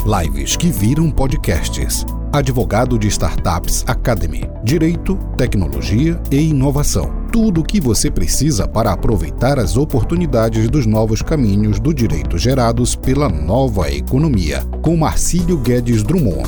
Lives que viram podcasts. Advogado de Startups Academy. Direito, tecnologia e inovação. Tudo o que você precisa para aproveitar as oportunidades dos novos caminhos do direito gerados pela nova economia. Com Marcílio Guedes Drummond.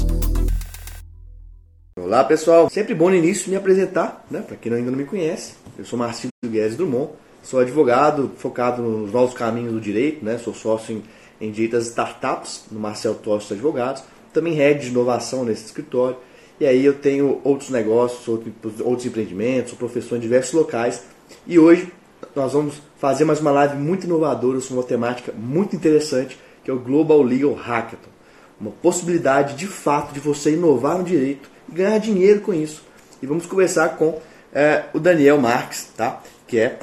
Olá pessoal, sempre bom no início me apresentar, né? Para quem ainda não me conhece, eu sou Marcílio Guedes Drummond, sou advogado focado nos novos caminhos do direito, né? Sou sócio em direito das startups, no Marcel Tostes Advogados, também head de inovação nesse escritório, e aí eu tenho outros negócios, outros empreendimentos, sou professor em diversos locais, e hoje nós vamos fazer mais uma live muito inovadora sobre uma temática muito interessante, que é o Global Legal Hackathon, uma possibilidade de fato de você inovar no direito e ganhar dinheiro com isso. E vamos conversar com o Daniel Marques, tá? Que é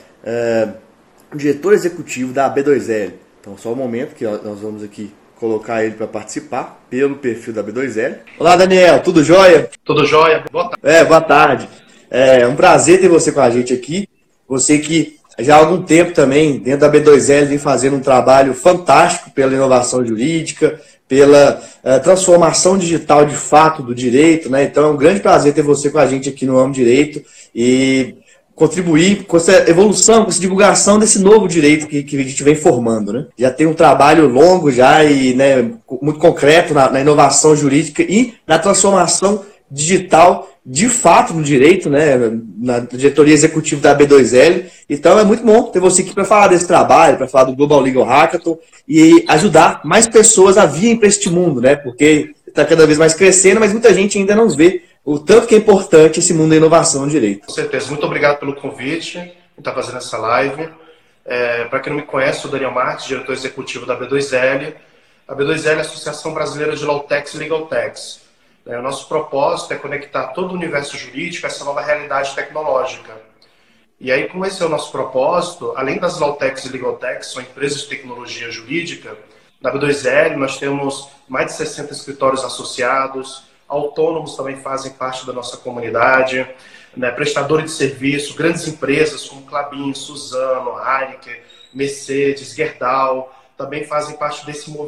o diretor executivo da B2L. Então, só um momento que nós vamos aqui colocar ele para participar pelo perfil da B2L. Olá, Daniel, tudo jóia? Tudo jóia, boa tarde. Boa tarde. É um prazer ter você com a gente aqui. Você que já há algum tempo também, dentro da B2L, vem fazendo um trabalho fantástico pela inovação jurídica, pela transformação digital de fato do direito, né? Então é um grande prazer ter você com a gente aqui no Amo Direito e contribuir com essa evolução, com essa divulgação desse novo direito que a gente vem formando, né? Já tem um trabalho longo já e, né, muito concreto na inovação jurídica e na transformação digital de fato no direito, né, na diretoria executiva da B2L. Então é muito bom ter você aqui para falar desse trabalho, para falar do Global Legal Hackathon e ajudar mais pessoas a virem para este mundo, né, porque está cada vez mais crescendo, mas muita gente ainda não vê o tanto que é importante esse mundo da inovação no direito. Com certeza. Muito obrigado pelo convite, por estar fazendo essa live. Para quem não me conhece, sou Daniel Marques, diretor executivo da B2L. A B2L é a Associação Brasileira de Lawtechs e Legaltechs. O nosso propósito é conectar todo o universo jurídico a essa nova realidade tecnológica. E aí, como esse é o nosso propósito, além das Lawtechs e Legaltechs, são empresas de tecnologia jurídica, na B2L nós temos mais de 60 escritórios associados, autônomos também fazem parte da nossa comunidade, né, prestadores de serviço, grandes empresas como Klabin, Suzano, Heineken, Mercedes, Gerdau, também fazem parte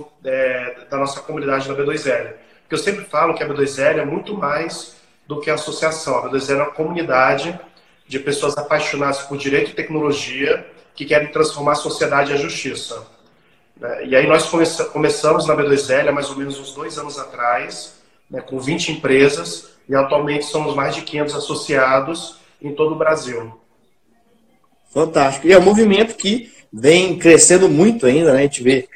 da nossa comunidade da B2L. Porque eu sempre falo que a B2L é muito mais do que a associação. A B2L é uma comunidade de pessoas apaixonadas por direito e tecnologia que querem transformar a sociedade e a justiça. E aí nós começamos na B2L há mais ou menos uns 2 anos atrás, né, com 20 empresas, e atualmente somos mais de 500 associados em todo o Brasil. Fantástico. E é um movimento que vem crescendo muito ainda, né? A gente vê,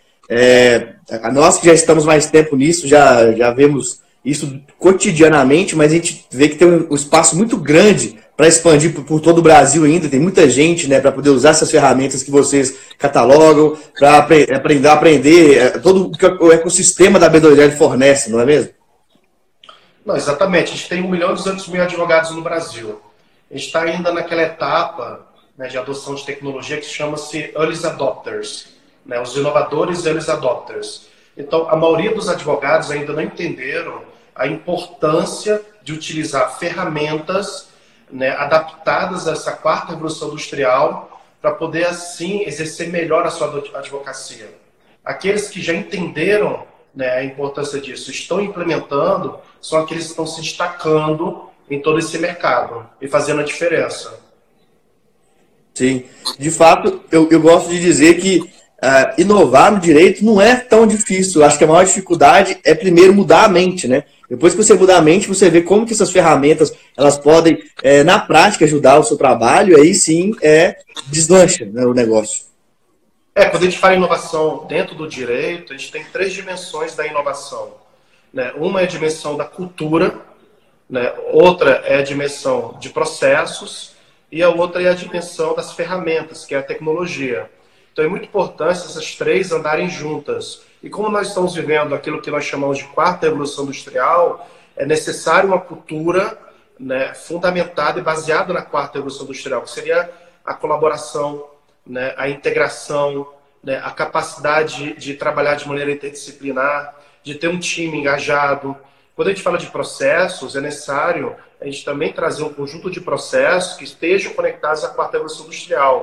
nós que já estamos mais tempo nisso, já vemos isso cotidianamente, mas a gente vê que tem um espaço muito grande para expandir por todo o Brasil ainda. Tem muita gente, né, para poder usar essas ferramentas que vocês catalogam, para aprender todo o ecossistema da B2L fornece, não é mesmo? Não, exatamente. A gente tem 1.200.000 advogados no Brasil. A gente está ainda naquela etapa, né, de adoção de tecnologia que chama-se Early Adopters, né, os inovadores Early Adopters. Então, a maioria dos advogados ainda não entenderam a importância de utilizar ferramentas, né, adaptadas a essa quarta revolução industrial para poder, assim, exercer melhor a sua advocacia. Aqueles que já entenderam, né, a importância disso, estão implementando, são aqueles que estão se destacando em todo esse mercado e fazendo a diferença. Sim, de fato, eu gosto de dizer que inovar no direito não é tão difícil. Eu acho que a maior dificuldade é primeiro mudar a mente, né? Depois que você mudar a mente, você vê como que essas ferramentas elas podem, na prática, ajudar o seu trabalho, e aí sim deslancha, né, o negócio. Quando a gente fala em inovação dentro do direito, a gente tem 3 dimensões da inovação, né? Uma é a dimensão da cultura, né? Outra é a dimensão de processos e a outra é a dimensão das ferramentas, que é a tecnologia. Então é muito importante essas 3 andarem juntas. E como nós estamos vivendo aquilo que nós chamamos de quarta revolução industrial, é necessário uma cultura, né, fundamentada e baseada na quarta revolução industrial, que seria a colaboração, né, a integração, né, a capacidade de trabalhar de maneira interdisciplinar, de ter um time engajado. Quando a gente fala de processos, é necessário a gente também trazer um conjunto de processos que estejam conectados à quarta revolução industrial.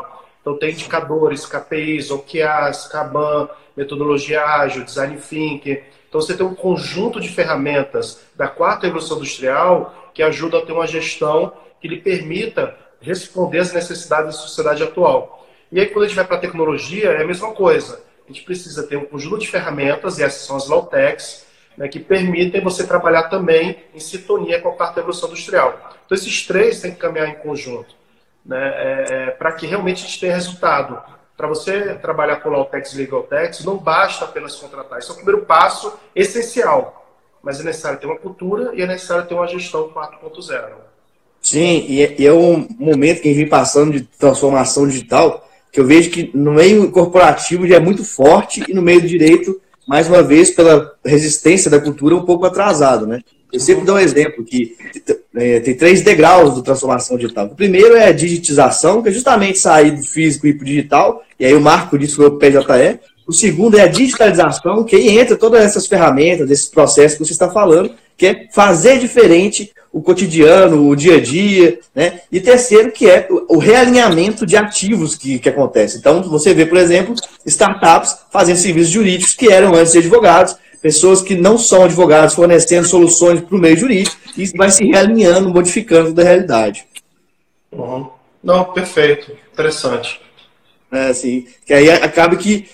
Então tem indicadores, KPIs, OKRs, Kanban, metodologia ágil, design thinking. Então você tem um conjunto de ferramentas da quarta revolução industrial que ajudam a ter uma gestão que lhe permita responder às necessidades da sociedade atual. E aí quando a gente vai para a tecnologia, é a mesma coisa. A gente precisa ter um conjunto de ferramentas, e essas são as low-techs, né, que permitem você trabalhar também em sintonia com a quarta revolução industrial. Então esses três têm que caminhar em conjunto, né, para que realmente a gente tenha resultado. Para você trabalhar com low-techs e legal-techs, não basta apenas contratar. Esse é o primeiro passo essencial. Mas é necessário ter uma cultura e é necessário ter uma gestão 4.0. Sim, e é um momento que a gente vem passando de transformação digital, que eu vejo que no meio corporativo já é muito forte e no meio do direito, mais uma vez, pela resistência da cultura, um pouco atrasado, né? Eu sempre dou um exemplo que tem 3 degraus de transformação digital. O primeiro é a digitização, que é justamente sair do físico e ir para o digital, e aí o Marco disso foi o PJE. O segundo é a digitalização, que aí entra todas essas ferramentas, esses processos que você está falando, que é fazer diferente o cotidiano, o dia a dia, né? E terceiro, que é o realinhamento de ativos que acontece. Então, você vê, por exemplo, startups fazendo serviços jurídicos que eram antes de advogados, pessoas que não são advogados fornecendo soluções para o meio jurídico, e isso vai se realinhando, modificando da realidade. Uhum. Não, perfeito. Interessante. Assim, que aí acaba que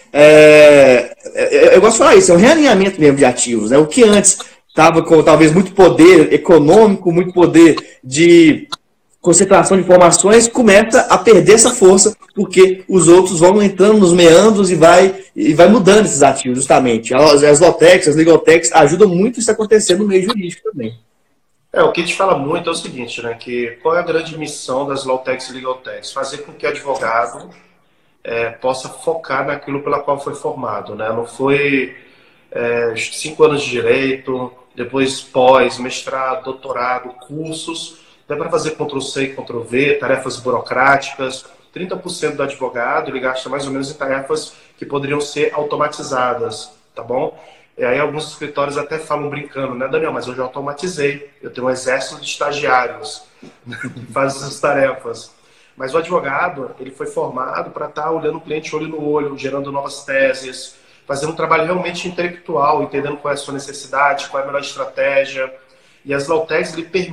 eu gosto de falar isso, é um realinhamento mesmo de ativos, né? O que antes estava com talvez muito poder econômico, muito poder de concentração de informações, começa a perder essa força, porque os outros vão entrando nos meandros e vai mudando esses ativos, justamente. As low-techs, as legal-techs ajudam muito isso a acontecer no meio jurídico também. O que a gente fala muito é o seguinte, né? Que qual é a grande missão das low-techs e legal-techs? Fazer com que o advogado possa focar naquilo pela qual foi formado, né? Não foi 5 anos de direito, depois pós, mestrado, doutorado, cursos, dá para fazer Ctrl+C e Ctrl+V, tarefas burocráticas. 30% do advogado ele gasta mais ou menos em tarefas que poderiam ser automatizadas, tá bom? E aí alguns escritórios até falam brincando, né, Daniel, mas eu já automatizei, eu tenho um exército de estagiários que fazem essas tarefas. Mas o advogado, ele foi formado para estar olhando o cliente olho no olho, gerando novas teses, fazendo um trabalho realmente intelectual, entendendo qual é a sua necessidade, qual é a melhor estratégia. E as low-techs,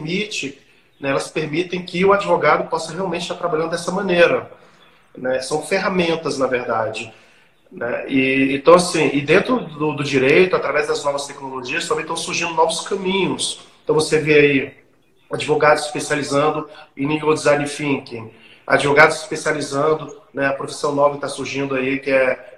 elas permitem que o advogado possa realmente estar trabalhando dessa maneira, né? São ferramentas, na verdade. Né? Então, assim, e dentro do direito, através das novas tecnologias, também estão surgindo novos caminhos. Então, você vê aí advogados especializando em legal design thinking, advogados especializando, né, a profissão nova que está surgindo aí, que é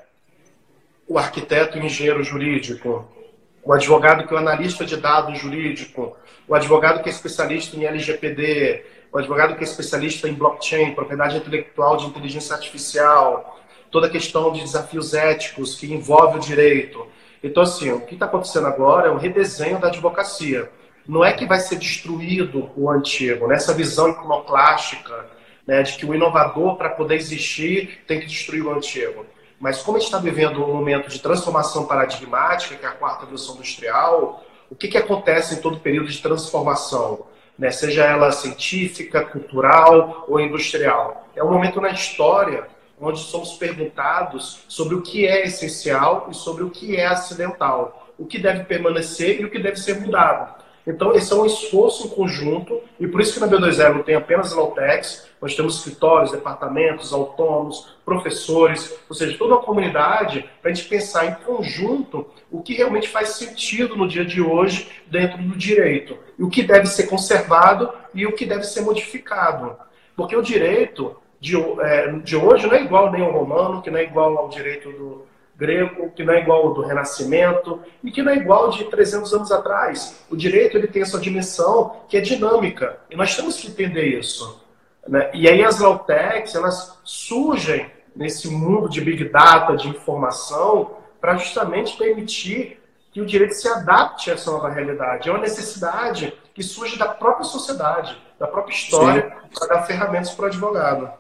o arquiteto e engenheiro jurídico, o advogado que é o analista de dados jurídico, o advogado que é especialista em LGPD, o advogado que é especialista em blockchain, propriedade intelectual de inteligência artificial, toda a questão de desafios éticos que envolve o direito. Então, assim, o que está acontecendo agora é um redesenho da advocacia. Não é que vai ser destruído o antigo, né? Essa visão iconoclástica, né, de que o inovador, para poder existir, tem que destruir o antigo. Mas como a gente está vivendo um momento de transformação paradigmática, que é a quarta revolução industrial, o que acontece em todo período de transformação? Né? Seja ela científica, cultural ou industrial. É um momento na história onde somos perguntados sobre o que é essencial e sobre o que é acidental. O que deve permanecer e o que deve ser mudado. Então, esse é um esforço em conjunto, e por isso que na B2L não tem apenas low-techs, nós temos escritórios, departamentos, autônomos, professores, ou seja, toda a comunidade, para a gente pensar em conjunto o que realmente faz sentido no dia de hoje dentro do direito, e o que deve ser conservado e o que deve ser modificado. Porque o direito de hoje não é igual nem ao romano, que não é igual ao direito do grego, que não é igual ao do Renascimento e que não é igual ao de 300 anos atrás. O direito ele tem essa dimensão que é dinâmica e nós temos que entender isso. Né? E aí as low-techs, elas surgem nesse mundo de big data, de informação, para justamente permitir que o direito se adapte a essa nova realidade. É uma necessidade que surge da própria sociedade, da própria história, para dar ferramentas para o advogado.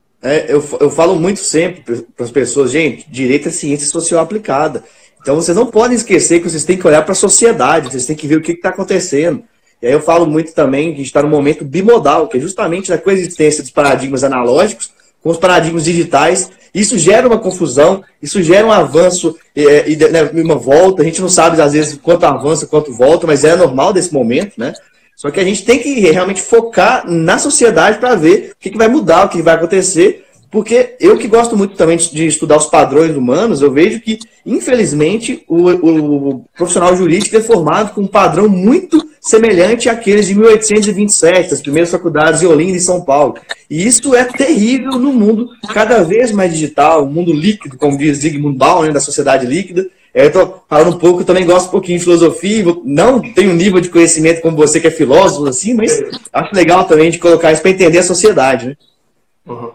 Eu falo muito sempre para as pessoas, gente, direito é ciência social aplicada. Então vocês não podem esquecer que vocês têm que olhar para a sociedade, vocês têm que ver o que está acontecendo. E aí eu falo muito também que a gente está num momento bimodal, que é justamente a coexistência dos paradigmas analógicos com os paradigmas digitais. Isso gera uma confusão, isso gera um avanço e uma volta. A gente não sabe, às vezes, quanto avança, quanto volta, mas é normal desse momento, né? Só que a gente tem que realmente focar na sociedade para ver o que vai mudar, o que vai acontecer. Porque eu que gosto muito também de estudar os padrões humanos, eu vejo que, infelizmente, o profissional jurídico é formado com um padrão muito semelhante àqueles de 1827, as primeiras faculdades em Olinda e São Paulo. E isso é terrível no mundo cada vez mais digital, um mundo líquido, como diz Zygmunt Bauman, da sociedade líquida. Eu estou falando um pouco, eu também gosto um pouquinho de filosofia, não tenho um nível de conhecimento como você que é filósofo, assim, mas acho legal também de colocar isso para entender a sociedade, né? Uhum.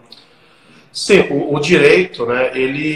Sim, o direito, né,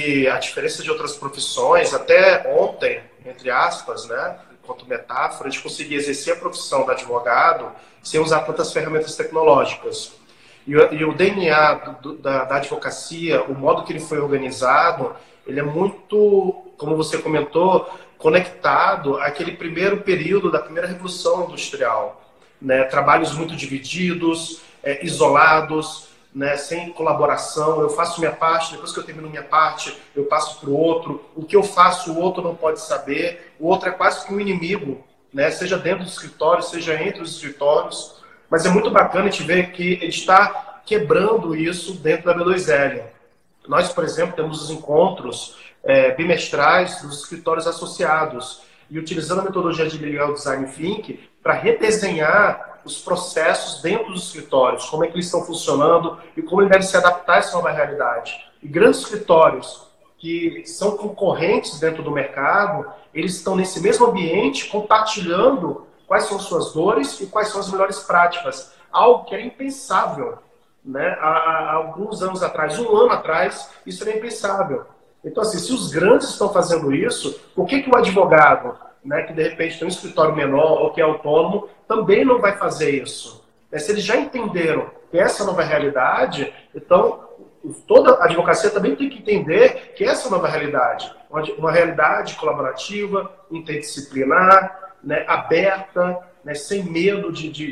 a diferença de outras profissões, até ontem, entre aspas, né, enquanto metáfora, a gente conseguia exercer a profissão de advogado sem usar tantas ferramentas tecnológicas. E o DNA da advocacia, o modo que ele foi organizado, ele é muito, como você comentou, conectado àquele primeiro período da primeira revolução industrial, né, trabalhos muito divididos, isolados, né, sem colaboração. Eu faço minha parte, depois que eu termino minha parte, eu passo para o outro. O que eu faço, o outro não pode saber. O outro é quase que um inimigo, né, seja dentro do escritório, seja entre os escritórios. Mas é muito bacana a gente ver que ele está quebrando isso dentro da B2L. Nós, por exemplo, temos os encontros bimestrais dos escritórios associados e utilizando a metodologia de Legal Design Thinking para redesenhar os processos dentro dos escritórios, como é que eles estão funcionando e como ele deve se adaptar a essa nova realidade. E grandes escritórios que são concorrentes dentro do mercado, eles estão nesse mesmo ambiente compartilhando quais são suas dores e quais são as melhores práticas. Algo que era impensável, né? Há alguns anos atrás, um ano atrás, isso era impensável. Então, assim, se os grandes estão fazendo isso, por que o advogado, né, que de repente tem um escritório menor ou que é autônomo, também não vai fazer isso? Se eles já entenderam que essa nova realidade, então toda a advocacia também tem que entender que essa nova realidade, uma realidade colaborativa, interdisciplinar, né, aberta, né, sem medo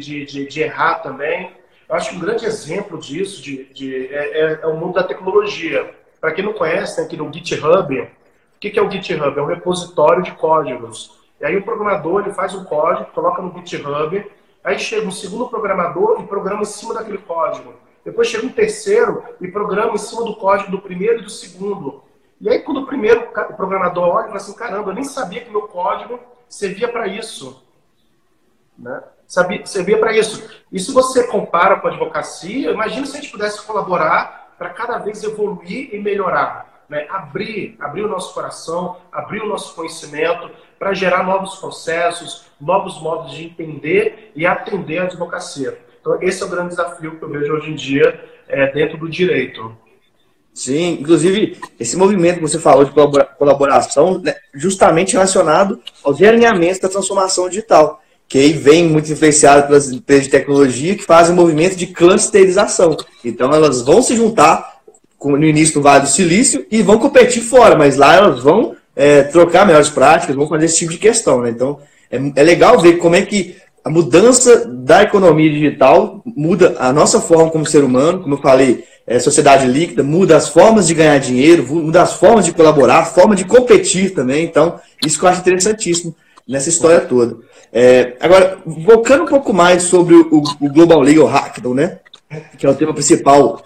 de errar também. Eu acho que um grande exemplo disso é o mundo da tecnologia. Para quem não conhece, tem aqui no GitHub. O que é o GitHub? É um repositório de códigos. E aí o programador ele faz um código, coloca no GitHub, aí chega um segundo programador e programa em cima daquele código. Depois chega um terceiro e programa em cima do código do primeiro e do segundo. E aí quando o programador olha e fala assim, caramba, eu nem sabia que meu código servia para isso. Né? Servia para isso. E se você compara com a advocacia, imagina se a gente pudesse colaborar para cada vez evoluir e melhorar. Né? Abrir o nosso coração, abrir o nosso conhecimento para gerar novos processos, novos modos de entender e atender a advocacia. Então, esse é o grande desafio que eu vejo hoje em dia dentro do direito. Sim, inclusive, esse movimento que você falou de colaboração, né, justamente relacionado aos realinhamentos da transformação digital, que aí vem muito influenciado pelas empresas de tecnologia que fazem um movimento de clusterização. Então, elas vão se juntar no início do Vale do Silício e vão competir fora, mas lá elas vão trocar melhores práticas, vão fazer esse tipo de questão. Né? Então, é legal ver como é que a mudança da economia digital muda a nossa forma como ser humano, como eu falei, sociedade líquida, muda as formas de ganhar dinheiro, muda as formas de colaborar, a forma de competir também. Então, isso que eu acho interessantíssimo nessa história toda. Agora, focando um pouco mais sobre o Global Legal Hackathon, né? Que é o tema principal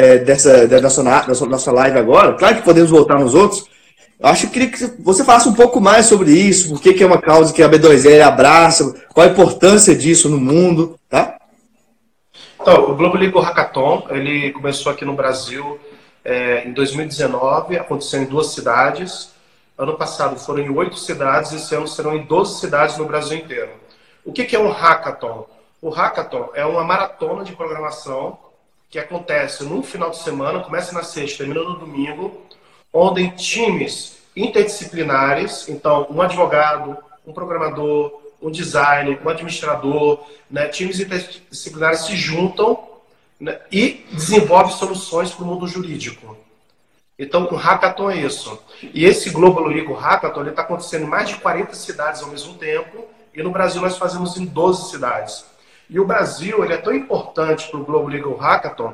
da nossa live agora. Claro que podemos voltar nos outros. Eu acho que eu queria que você falasse um pouco mais sobre isso, por que é uma causa que a B2L abraça, qual a importância disso no mundo, tá? Então, o Global Legal Hackathon, ele começou aqui no Brasil em 2019, aconteceu em 2 cidades. Ano passado foram em 8 cidades, esse ano serão em 12 cidades no Brasil inteiro. O que é um hackathon? O hackathon é uma maratona de programação que acontece num final de semana, começa na sexta, termina no domingo, onde times interdisciplinares, então um advogado, um programador, um designer, um administrador, né, times interdisciplinares se juntam, né, e desenvolvem soluções para o mundo jurídico. Então, um hackathon é isso. E esse Global Legal Hackathon está acontecendo em mais de 40 cidades ao mesmo tempo, e no Brasil nós fazemos em 12 cidades. E o Brasil ele é tão importante para o Global Legal Hackathon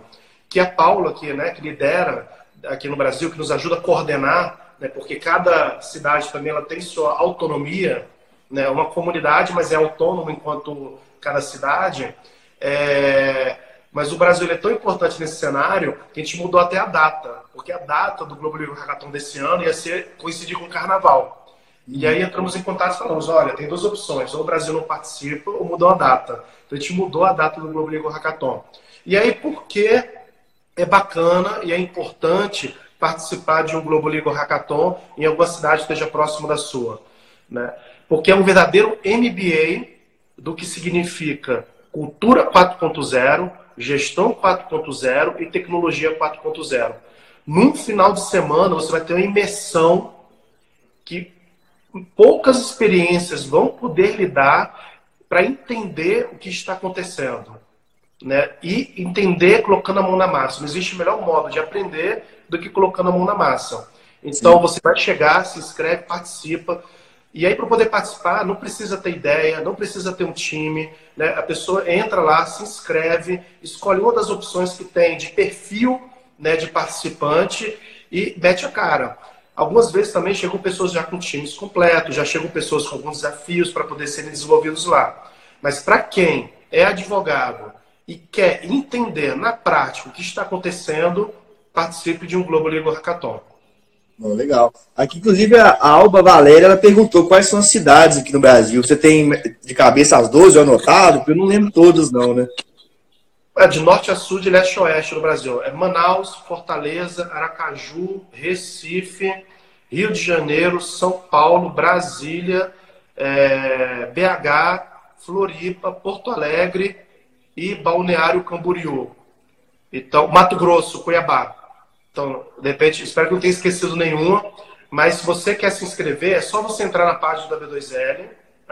que a Paula, que lidera aqui no Brasil, que nos ajuda a coordenar, né, porque cada cidade também ela tem sua autonomia, né, uma comunidade, mas é autônoma enquanto cada cidade. Mas o Brasil é tão importante nesse cenário que a gente mudou até a data, porque a data do Globo Livre Hackathon desse ano ia coincidir com o Carnaval. E aí entramos em contato e falamos, olha, tem duas opções, ou o Brasil não participa ou mudou a data. Então a gente mudou a data do Globo Livre Hackathon. E aí por que é bacana e é importante participar de um Globo Livre Hackathon em alguma cidade que esteja próximo da sua, né? Porque é um verdadeiro MBA do que significa cultura 4.0, gestão 4.0 e tecnologia 4.0. Num final de semana, você vai ter uma imersão que poucas experiências vão poder lhe dar para entender o que está acontecendo, né? E entender colocando a mão na massa. Não existe melhor modo de aprender do que colocando a mão na massa. Então, você vai chegar, se inscreve, participa. E aí, para poder participar, não precisa ter ideia, não precisa ter um time, né? A pessoa entra lá, se inscreve, escolhe uma das opções que tem de perfil, né, de participante e mete a cara. Algumas vezes também chegam pessoas já com times completos, já chegam pessoas com alguns desafios para poder serem desenvolvidos lá. Mas para quem é advogado e quer entender na prática o que está acontecendo, participe de um Globo Legal Hackathon. Legal. Aqui, inclusive, a Alba Valéria, ela perguntou quais são as cidades aqui no Brasil. Você tem de cabeça as 12 anotado? Porque eu não lembro todas, não, né? De norte a sul, de leste a oeste no Brasil. É Manaus, Fortaleza, Aracaju, Recife, Rio de Janeiro, São Paulo, Brasília, BH, Floripa, Porto Alegre e Balneário Camboriú. Então, Mato Grosso, Cuiabá. Então, de repente, espero que não tenha esquecido nenhuma, mas se você quer se inscrever, é só você entrar na página da B2L, a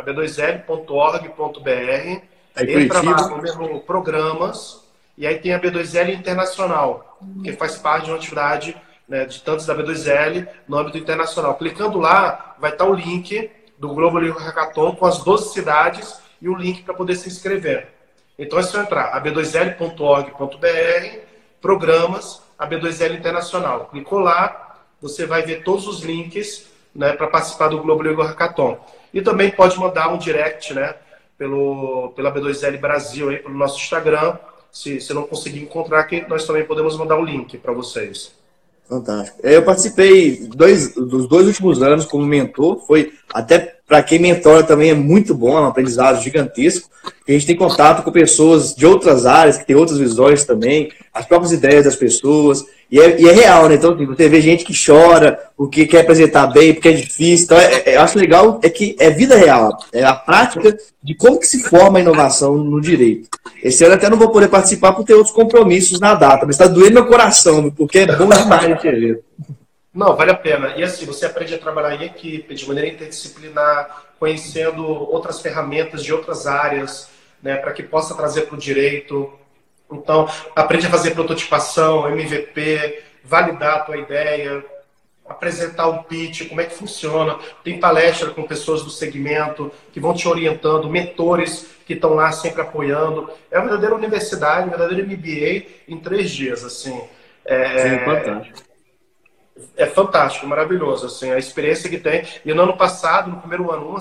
b2l.org.br, entra lá no menu Programas, e aí tem a B2L Internacional, que faz parte de uma atividade, né, de tantos da B2L no âmbito internacional. Clicando lá, vai estar o link do Globo Livre Hackathon com as 12 cidades e o link para poder se inscrever. Então é só entrar, a b2l.org.br, Programas, a B2L Internacional. Clicou lá, você vai ver todos os links, né, para participar do Globo Legal Hackathon. E também pode mandar um direct, né, pela B2L Brasil, aí, pelo nosso Instagram. Se não conseguir encontrar, que nós também podemos mandar um link para vocês. Fantástico. Eu participei dos 2 últimos anos como mentor. Foi até para quem mentora também é muito bom, é um aprendizado gigantesco. A gente tem contato com pessoas de outras áreas, que têm outras visões também, as próprias ideias das pessoas. E é real, né? Então, você vê gente que chora, porque quer apresentar bem, porque é difícil. Então, eu acho legal que é vida real. É a prática de como que se forma a inovação no direito. Esse ano até não vou poder participar por ter outros compromissos na data, mas está doendo meu coração, porque é bom demais esse evento. Não, vale a pena. E assim, você aprende a trabalhar em equipe, de maneira interdisciplinar, conhecendo outras ferramentas de outras áreas, né, para que possa trazer para o direito. Então, aprende a fazer prototipação, MVP, validar a tua ideia, apresentar um pitch, como é que funciona. Tem palestra com pessoas do segmento que vão te orientando, mentores que estão lá sempre apoiando. É uma verdadeira universidade, um verdadeiro MBA em 3 dias, assim. Sim, fantástico. É fantástico, maravilhoso, assim, a experiência que tem. E no ano passado, no primeiro ano,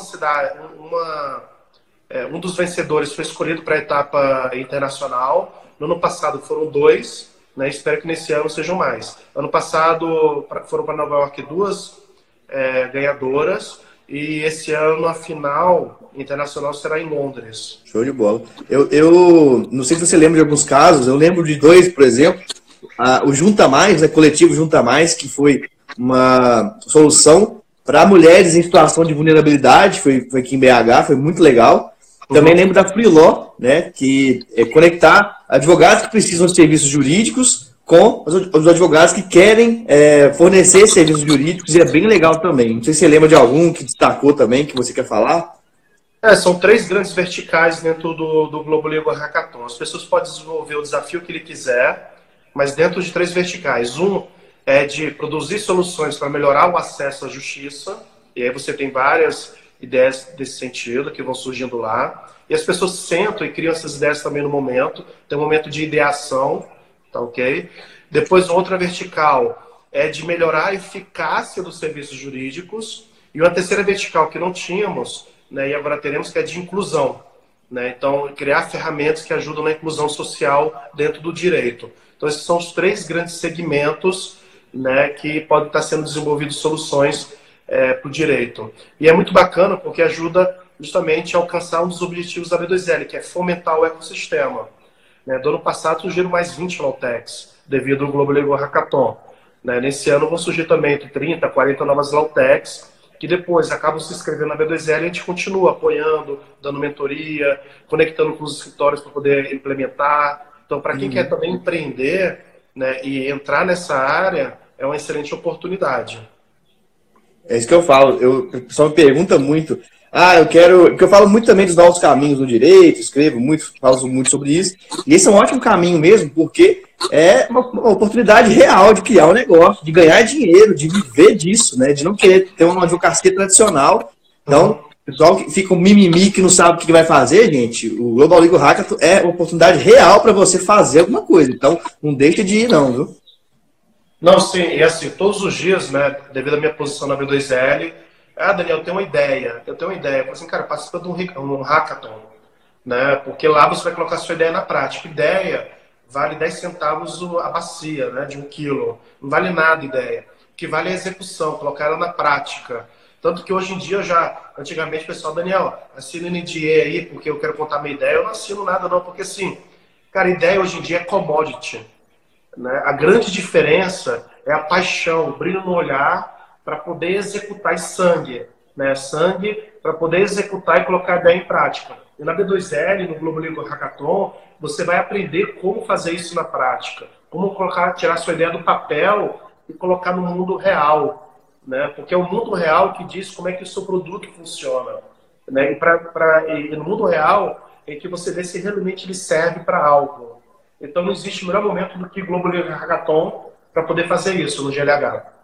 um dos vencedores foi escolhido para a etapa internacional. No ano passado foram 2, né? Espero que nesse ano sejam mais. Ano passado foram para Nova York 2 ganhadoras, e esse ano a final internacional será em Londres. Show de bola. Eu não sei se você lembra de alguns casos, eu lembro de 2, por exemplo. O Junta Mais, coletivo Junta Mais, que foi uma solução para mulheres em situação de vulnerabilidade, foi aqui em BH, foi muito legal. Também lembro da Freelaw, né, que é conectar advogados que precisam de serviços jurídicos com os advogados que querem fornecer serviços jurídicos, e é bem legal também. Não sei se você lembra de algum que destacou também, que você quer falar. São 3 grandes verticais dentro do Globo Legal Hackathon. As pessoas podem desenvolver o desafio que ele quiser, mas dentro de 3 verticais. Um é de produzir soluções para melhorar o acesso à justiça, e aí você tem várias ideias desse sentido que vão surgindo lá, e as pessoas sentam e criam essas ideias também no momento. Tem um momento de ideação, tá ok? Depois, outra vertical é de melhorar a eficácia dos serviços jurídicos. E uma terceira vertical que não tínhamos, né, e agora teremos, que é de inclusão. Né? Então, criar ferramentas que ajudam na inclusão social dentro do direito. Então, esses são os 3 grandes segmentos, né, que podem estar sendo desenvolvidos soluções para o direito. E é muito bacana porque ajuda justamente a alcançar um dos objetivos da B2L, que é fomentar o ecossistema. Né? Do ano passado surgiram mais 20 Lautechs, devido ao Global Legal Hackathon. Né? Nesse ano vão surgir também entre 30 a 40 novas Lautechs, que depois acabam se inscrevendo na B2L e a gente continua apoiando, dando mentoria, conectando com os escritórios para poder implementar. Então, para quem quer também empreender, né, e entrar nessa área, é uma excelente oportunidade. É isso que eu falo. O pessoal me pergunta muito. Eu quero. Porque eu falo muito também dos novos caminhos do direito, escrevo muito, falo muito sobre isso. E esse é um ótimo caminho mesmo, porque é uma oportunidade real de criar um negócio, de ganhar dinheiro, de viver disso, né? De não querer ter uma advocacia tradicional. Então, o pessoal que fica um mimimi, que não sabe o que vai fazer, gente, o Global Legal Hackathon é uma oportunidade real para você fazer alguma coisa. Então, não deixa de ir, não, viu? Não, sim, e assim, todos os dias, né, devido à minha posição na B2L, Daniel, eu tenho uma ideia. Eu falei assim, cara, participa de um hackathon, né? Porque lá você vai colocar a sua ideia na prática. Ideia vale 10 centavos a bacia, né, de 1 quilo. Não vale nada ideia. O que vale é a execução, colocar ela na prática. Tanto que hoje em dia, antigamente o pessoal, Daniel, assina NDA aí, porque eu quero contar minha ideia. Eu não assino nada não, porque assim, cara, ideia hoje em dia é commodity. Né? A grande diferença é a paixão, o brilho no olhar, para poder executar sangue, né? Sangue para poder executar e colocar a ideia em prática. E na B2L, no Global Legal Hackathon, você vai aprender como fazer isso na prática, como tirar sua ideia do papel e colocar no mundo real, né? Porque é o mundo real que diz como é que o seu produto funciona, né? E no mundo real é que você vê se realmente ele serve para algo. Então não existe melhor momento do que o Global Legal Hackathon para poder fazer isso no GLH.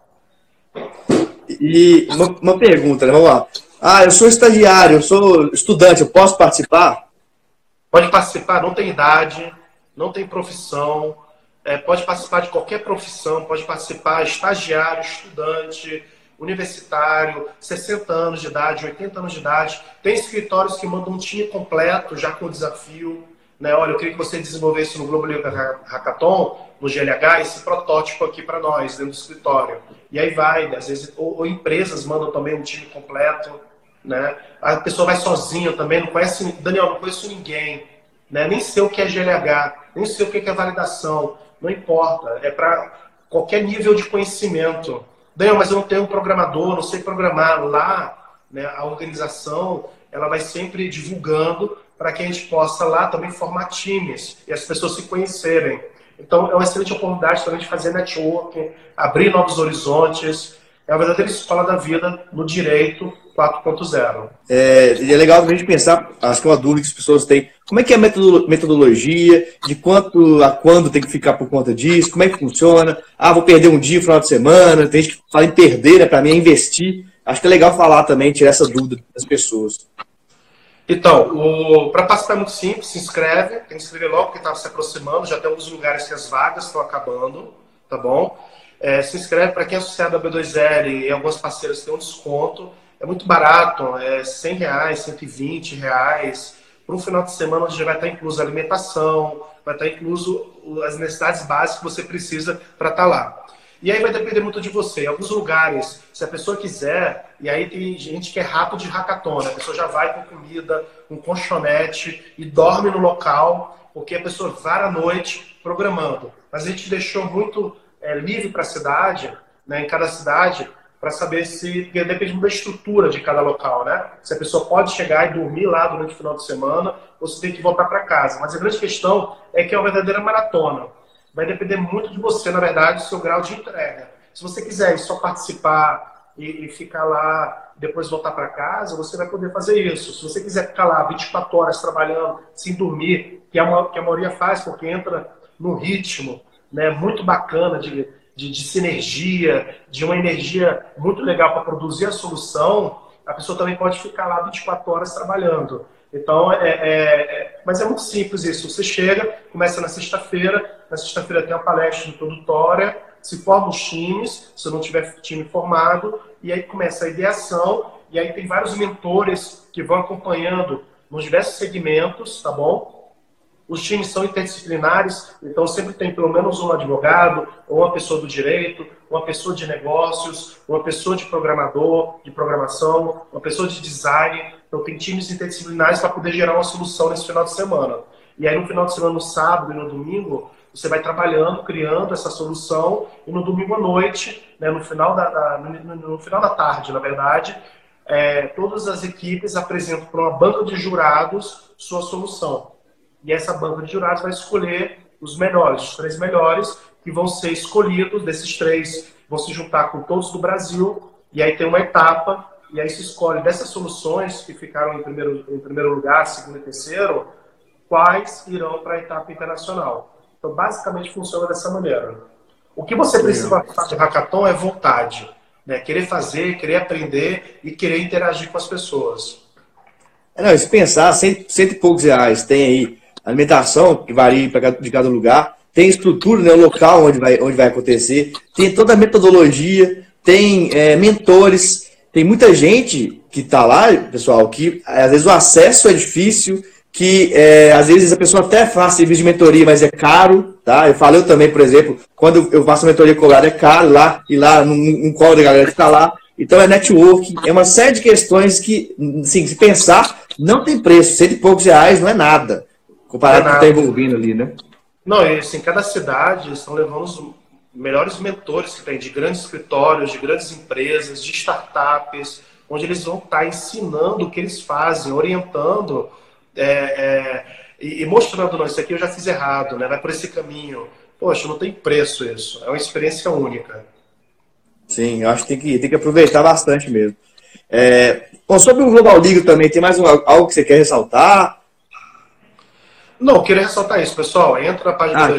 E uma pergunta, né? Vamos lá. Eu sou estagiário, eu sou estudante, eu posso participar? Pode participar, não tem idade, não tem profissão, pode participar de qualquer profissão, pode participar estagiário, estudante, universitário, 60 anos de idade, 80 anos de idade. Tem escritórios que mandam um time completo, já com o desafio. Né? Olha, eu queria que você desenvolvesse no Global Legal Hackathon, no GLH, esse protótipo aqui para nós, dentro do escritório. E aí vai, às vezes, ou empresas mandam também um time completo, né? A pessoa vai sozinha também, não conhece, Daniel, não conheço ninguém, né? Nem sei o que é GLH, nem sei o que é validação, não importa, é para qualquer nível de conhecimento. Daniel, mas eu não tenho um programador, não sei programar. Lá, né, a organização, ela vai sempre divulgando para que a gente possa lá também formar times e as pessoas se conhecerem. Então, é uma excelente oportunidade também de fazer networking, abrir novos horizontes. É uma verdadeira escola da vida no direito 4.0. E é legal também de pensar, acho que é uma dúvida que as pessoas têm, como é que é a metodologia, de quanto a quando tem que ficar por conta disso, como é que funciona, vou perder um dia no final de semana, tem gente que fala em perder, né, para mim é investir. Acho que é legal falar também, tirar essa dúvida das pessoas. Então, para participar é muito simples, se inscreve, tem que inscrever logo porque está se aproximando, já tem alguns lugares que as vagas estão acabando, tá bom? Se inscreve, para quem é associado à B2L e algumas parceiras tem um desconto, é muito barato, é R$100, R$120, por um final de semana onde já vai estar incluso a alimentação, vai estar incluso as necessidades básicas que você precisa para estar lá. E aí vai depender muito de você. Em alguns lugares, se a pessoa quiser, e aí tem gente que é rato de hackathon, né? A pessoa já vai com comida, com colchonete e dorme no local, porque a pessoa vai à noite programando. Mas a gente deixou muito livre para a cidade, né? Em cada cidade, para saber se... Porque depende da estrutura de cada local, né? Se a pessoa pode chegar e dormir lá durante o final de semana, ou se tem que voltar para casa. Mas a grande questão é que é uma verdadeira maratona. Vai depender muito de você, na verdade, do seu grau de entrega. Se você quiser só participar e ficar lá, depois voltar para casa, você vai poder fazer isso. Se você quiser ficar lá 24 horas trabalhando, sem dormir, que a maioria faz, porque entra num ritmo, né, muito bacana de sinergia, de uma energia muito legal para produzir a solução, a pessoa também pode ficar lá 24 horas trabalhando. Então, mas é muito simples isso. Você chega, começa na sexta-feira, na sexta-feira tem a palestra introdutória, se formam os times, se não tiver time formado, e aí começa a ideação, e aí tem vários mentores que vão acompanhando nos diversos segmentos, tá bom? Os times são interdisciplinares, então sempre tem pelo menos um advogado, ou uma pessoa do direito, uma pessoa de negócios, uma pessoa de programador, de programação, uma pessoa de design. Então tem times interdisciplinares para poder gerar uma solução nesse final de semana. E aí no final de semana, no sábado e no domingo, você vai trabalhando, criando essa solução, e no domingo à noite, né, no final da tarde, na verdade, todas as equipes apresentam para uma banca de jurados sua solução. E essa banca de jurados vai escolher os melhores, os 3 melhores, que vão ser escolhidos. Desses 3 vão se juntar com todos do Brasil, e aí tem uma etapa, e aí se escolhe dessas soluções que ficaram em primeiro lugar, segundo e terceiro, quais irão para a etapa internacional. Então, basicamente, funciona dessa maneira. O que você precisa fazer de hackathon é vontade, né? Querer fazer, querer aprender e querer interagir com as pessoas. Não, se pensar, cento e poucos reais, tem aí alimentação, que varia de cada lugar, tem estrutura, né, o local onde vai acontecer, tem toda a metodologia, tem mentores, tem muita gente que está lá, pessoal, que às vezes o acesso é difícil, que às vezes a pessoa até faz serviço de mentoria, mas é caro, tá? Eu também, por exemplo, quando eu faço mentoria cobrada é caro e lá não cobra a galera que está lá. Então é networking, é uma série de questões que, assim, se pensar, não tem preço, cento e poucos reais não é nada, comparado com o que está envolvendo ali, né? Não, e assim, cada cidade estão levando os melhores mentores que tem, de grandes escritórios, de grandes empresas, de startups, onde eles vão estar ensinando o que eles fazem, orientando e mostrando, não, isso aqui eu já fiz errado, né? Vai por esse caminho. Poxa, não tem preço isso, é uma experiência única. Sim, eu acho que tem que aproveitar bastante mesmo. Bom, sobre o Global Legal também, tem mais algo que você quer ressaltar? Não, eu queria ressaltar isso, pessoal. Entra na página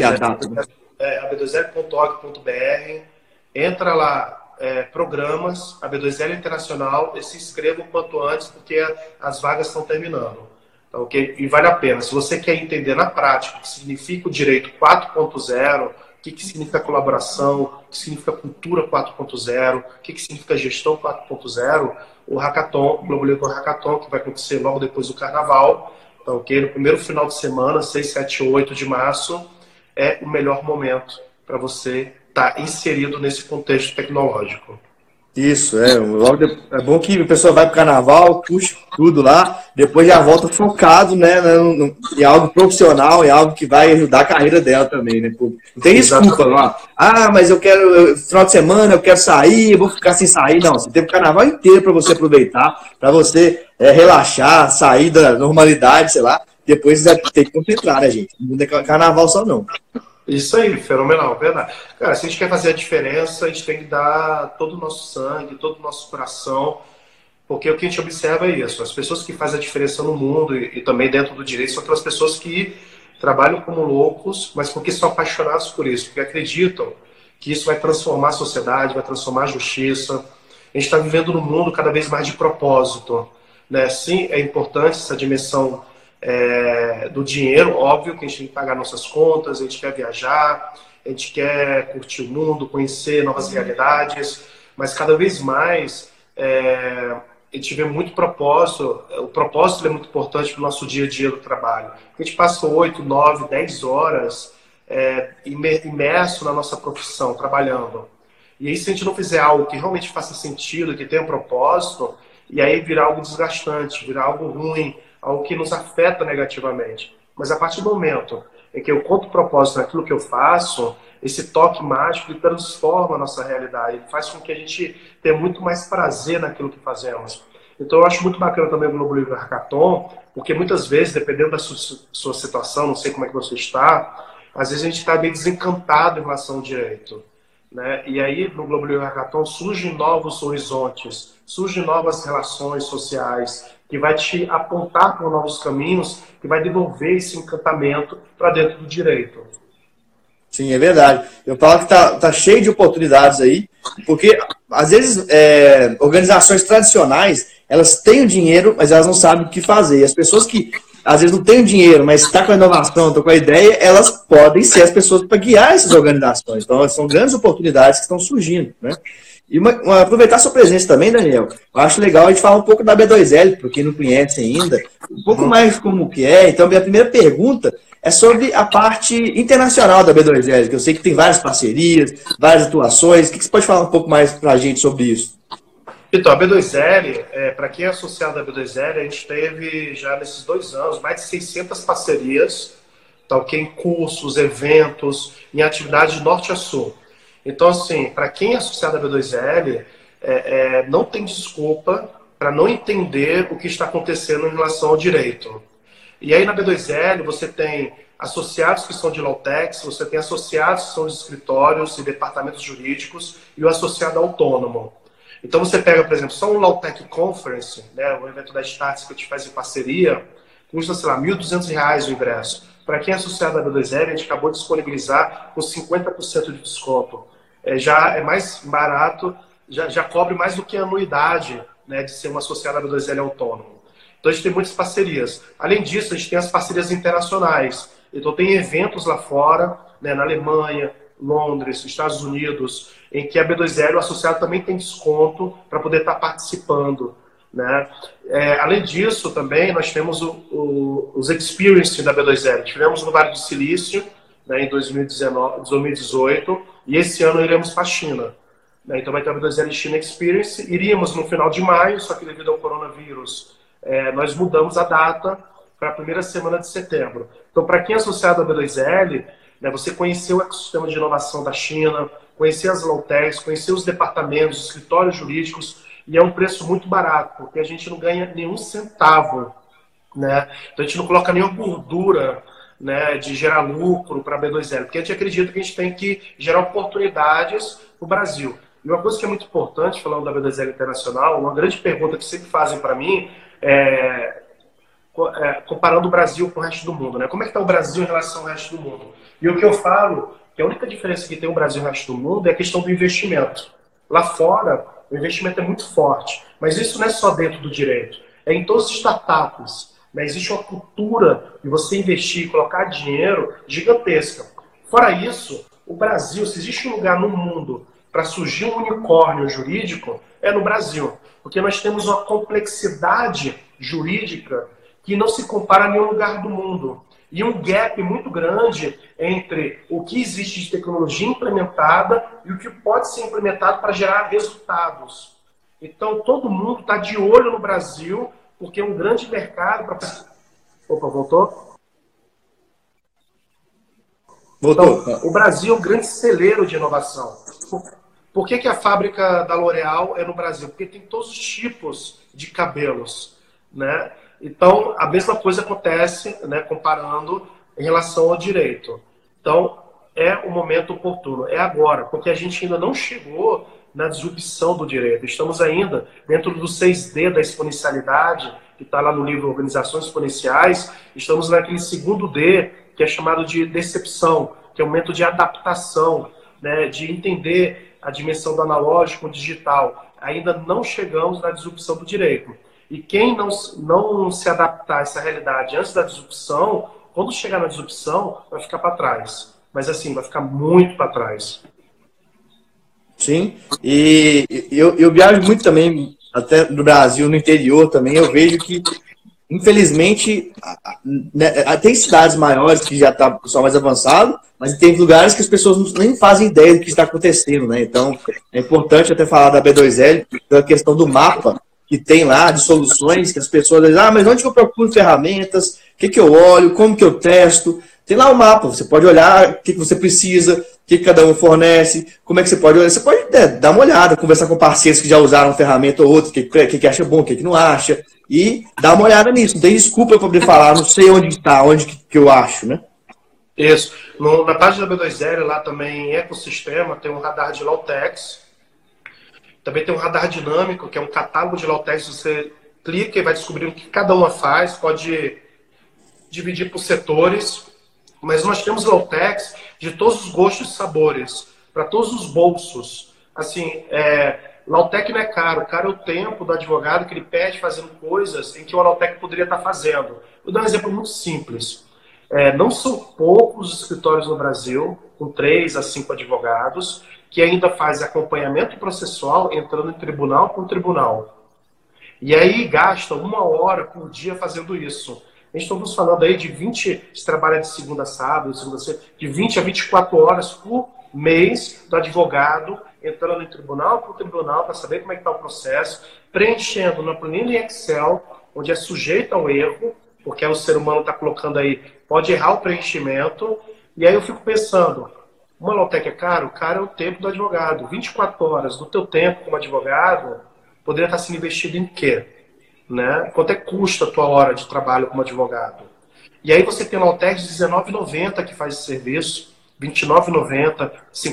ab2l.org.br, entra lá, programas, AB2L Internacional, e se inscreva o quanto antes, porque as vagas estão terminando. Então, e vale a pena. Se você quer entender na prática o que significa o direito 4.0, o que significa colaboração, o que significa cultura 4.0, o que significa gestão 4.0, o Hackathon, o Global Legal Hackathon, que vai acontecer logo depois do Carnaval, então, no primeiro final de semana, 6, 7, 8 de março, é o melhor momento para você estar inserido nesse contexto tecnológico. Isso, é bom que a pessoa vai para o Carnaval, puxa tudo lá, depois já volta focado, né, em algo profissional, em algo que vai ajudar a carreira dela também, né? Não tem desculpa lá. Mas final de semana eu quero sair, eu vou ficar sem sair. Não, você tem o Carnaval inteiro para você aproveitar, para você relaxar, sair da normalidade, sei lá. Depois você vai ter que concentrar, né, gente? Não é Carnaval só não. Isso aí, fenomenal, verdade. Cara, se a gente quer fazer a diferença, a gente tem que dar todo o nosso sangue, todo o nosso coração, porque o que a gente observa é isso. As pessoas que fazem a diferença no mundo e também dentro do direito são aquelas pessoas que trabalham como loucos, mas porque são apaixonados por isso, porque acreditam que isso vai transformar a sociedade, vai transformar a justiça. A gente está vivendo num mundo cada vez mais de propósito, né? Sim, é importante essa dimensão do dinheiro, óbvio que a gente tem que pagar nossas contas, a gente quer viajar, a gente quer curtir o mundo, conhecer novas realidades, mas cada vez mais a gente vê muito propósito. O propósito é muito importante para o nosso dia a dia do trabalho. A gente passa 8, 9, 10 horas imerso na nossa profissão, trabalhando. E aí, se a gente não fizer algo que realmente faça sentido, que tenha um propósito, e aí virar algo desgastante, virar algo ruim, algo que nos afeta negativamente. Mas a partir do momento em que eu conto propósito naquilo que eu faço, esse toque mágico ele transforma a nossa realidade, ele faz com que a gente tenha muito mais prazer naquilo que fazemos. Então eu acho muito bacana também o Global Legal Hackathon, porque muitas vezes, dependendo da sua situação, não sei como é que você está, às vezes a gente está meio desencantado em relação ao direito, né? E aí no Global Legal Hackathon surgem novos horizontes, surgem novas relações sociais, que vai te apontar para novos caminhos, que vai devolver esse encantamento para dentro do direito. Sim, é verdade. Eu falo que tá cheio de oportunidades aí, porque às vezes organizações tradicionais, elas têm o dinheiro, mas elas não sabem o que fazer. E as pessoas que às vezes não tem o dinheiro, mas está com a inovação, está com a ideia, elas podem ser as pessoas para guiar essas organizações. Então, são grandes oportunidades que estão surgindo, né? E aproveitar a sua presença também, Daniel. Eu acho legal a gente falar um pouco da B2L, para quem não conhece ainda, um pouco mais como que é. Então, minha primeira pergunta é sobre a parte internacional da B2L, que eu sei que tem várias parcerias, várias atuações. O que você pode falar um pouco mais para a gente sobre isso? Então, a B2L, para quem é associado à B2L, a gente teve já nesses 2 anos mais de 600 parcerias, tá, okay, em cursos, eventos, em atividades de norte a sul. Então, assim, para quem é associado à B2L, não tem desculpa para não entender o que está acontecendo em relação ao direito. E aí na B2L você tem associados que são de Lautex, você tem associados que são de escritórios e departamentos jurídicos e o associado autônomo. Então você pega, por exemplo, só um Lautec Conference, né, o evento da Starts que a gente faz em parceria, custa, sei lá, R$ 1.200 o ingresso. Para quem é associado à B2L, a gente acabou de disponibilizar com 50% de desconto. Já é mais barato, já cobre mais do que a anuidade, né, de ser um associado à B2L autônomo. Então a gente tem muitas parcerias. Além disso, a gente tem as parcerias internacionais. Então tem eventos lá fora, né, na Alemanha, Londres, Estados Unidos, em que a B2L, o associado também tem desconto para poder estar participando, né? Além disso, também nós temos os Experience da B2L. Tivemos no Vale do Silício, né, em 2018, e esse ano iremos para a China. Né? Então vai ter a B2L China Experience. Iríamos no final de maio, só que devido ao coronavírus, nós mudamos a data para a primeira semana de setembro. Então, para quem é associado à B2L, né, você conhecer o ecossistema de inovação da China, conhecer as Lautecs, conhecer os departamentos, os escritórios jurídicos, e é um preço muito barato, porque a gente não ganha nenhum centavo, né? Então a gente não coloca nenhuma gordura, né, de gerar lucro para a B2L, porque a gente acredita que a gente tem que gerar oportunidades no Brasil. E uma coisa que é muito importante, falando da B2L Internacional, uma grande pergunta que sempre fazem para mim comparando o Brasil com o resto do mundo, né? Como é que está o Brasil em relação ao resto do mundo? E o que eu falo, que a única diferença que tem o Brasil e o resto do mundo é a questão do investimento. Lá fora, o investimento é muito forte, mas isso não é só dentro do direito, é em todas as startups, né? Existe uma cultura de você investir e colocar dinheiro gigantesca. Fora isso, o Brasil, se existe um lugar no mundo para surgir um unicórnio jurídico, é no Brasil, porque nós temos uma complexidade jurídica que não se compara a nenhum lugar do mundo. E um gap muito grande entre o que existe de tecnologia implementada e o que pode ser implementado para gerar resultados. Então, todo mundo está de olho no Brasil, porque é um grande mercado para... Opa, voltou? Voltou. Então, o Brasil é um grande celeiro de inovação. Por que a fábrica da L'Oréal é no Brasil? Porque tem todos os tipos de cabelos, né? Então, a mesma coisa acontece, né, comparando em relação ao direito. Então, é o momento oportuno, é agora, porque a gente ainda não chegou na disrupção do direito. Estamos ainda dentro do 6D da exponencialidade, que está lá no livro Organizações Exponenciais. Estamos naquele segundo D, que é chamado de decepção, que é o momento de adaptação, né, de entender a dimensão do analógico com o digital. Ainda não chegamos na disrupção do direito. E quem não se adaptar a essa realidade antes da disrupção, quando chegar na disrupção, vai ficar para trás. Mas assim, vai ficar muito para trás. Sim, e eu viajo muito também, até no Brasil, no interior também, eu vejo que, infelizmente, tem cidades maiores que já está o pessoal mais avançado, mas tem lugares que as pessoas nem fazem ideia do que está acontecendo, né? Então, é importante até falar da B2L, da questão do mapa que tem lá, de soluções, que as pessoas dizem, mas onde que eu procuro ferramentas, o que eu olho, como que eu testo? Tem lá o mapa, você pode olhar o que você precisa, o que cada um fornece, como é que você pode olhar. Você pode dar uma olhada, conversar com parceiros que já usaram uma ferramenta ou outra, o que acha bom, o que não acha, e dar uma olhada nisso. Não tem desculpa para poder falar, não sei onde está, onde que eu acho, né? Isso. Na página da B2L, lá também em ecossistema, tem um radar de Lautex. Também tem um radar dinâmico, que é um catálogo de Lautex. Você clica e vai descobrir o que cada uma faz, pode dividir por setores. Mas nós temos Lautex de todos os gostos e sabores, para todos os bolsos. Assim, Lautec não é caro. Caro é o tempo do advogado que ele perde fazendo coisas em que o Lautec poderia estar fazendo. Vou dar um exemplo muito simples. Não são poucos os escritórios no Brasil, com 3 a 5 advogados, que ainda fazem acompanhamento processual entrando em tribunal por tribunal. E aí gastam 1 hora por dia fazendo isso. A gente estamos falando aí de 20, se trabalha de segunda a sábado, de 20 a 24 horas por mês do advogado entrando em tribunal por tribunal para saber como é que está o processo, preenchendo na planilha em Excel, onde é sujeito ao erro, porque o ser humano está colocando aí, pode errar o preenchimento, e aí eu fico pensando, uma Lautec é caro? Caro é o tempo do advogado. 24 horas do teu tempo como advogado poderia estar sendo investido em quê? Né? Quanto é que custa a tua hora de trabalho como advogado? E aí você tem Lautec de R$19,90 que faz esse serviço, R$29,90,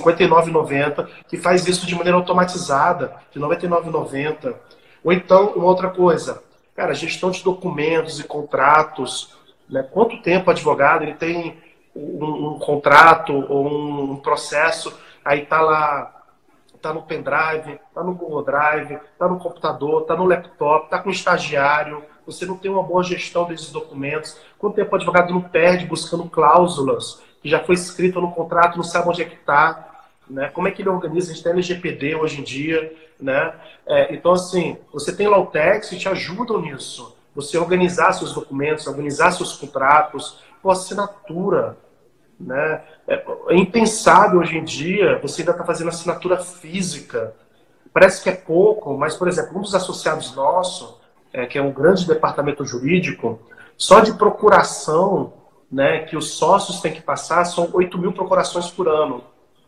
R$59,90, que faz isso de maneira automatizada, de R$99,90. Ou então, uma outra coisa, cara, gestão de documentos e contratos, né? Quanto tempo o advogado ele tem um contrato ou um processo, aí está lá, está no pendrive, está no Google Drive, está no computador, está no laptop, está com o estagiário, você não tem uma boa gestão desses documentos. Quanto tempo o advogado não perde buscando cláusulas que já foi escrito no contrato, não sabe onde é que está, né? Como é que ele organiza? A gente tem LGPD hoje em dia, né? Então, assim, você tem Lautecs que te ajudam nisso. Você organizar seus documentos, organizar seus contratos, com assinatura, né? É impensável hoje em dia você ainda está fazendo assinatura física. Parece que é pouco, mas, por exemplo, um dos associados nossos, que é um grande departamento jurídico, só de procuração, né, que os sócios têm que passar, são 8.000 procurações por ano.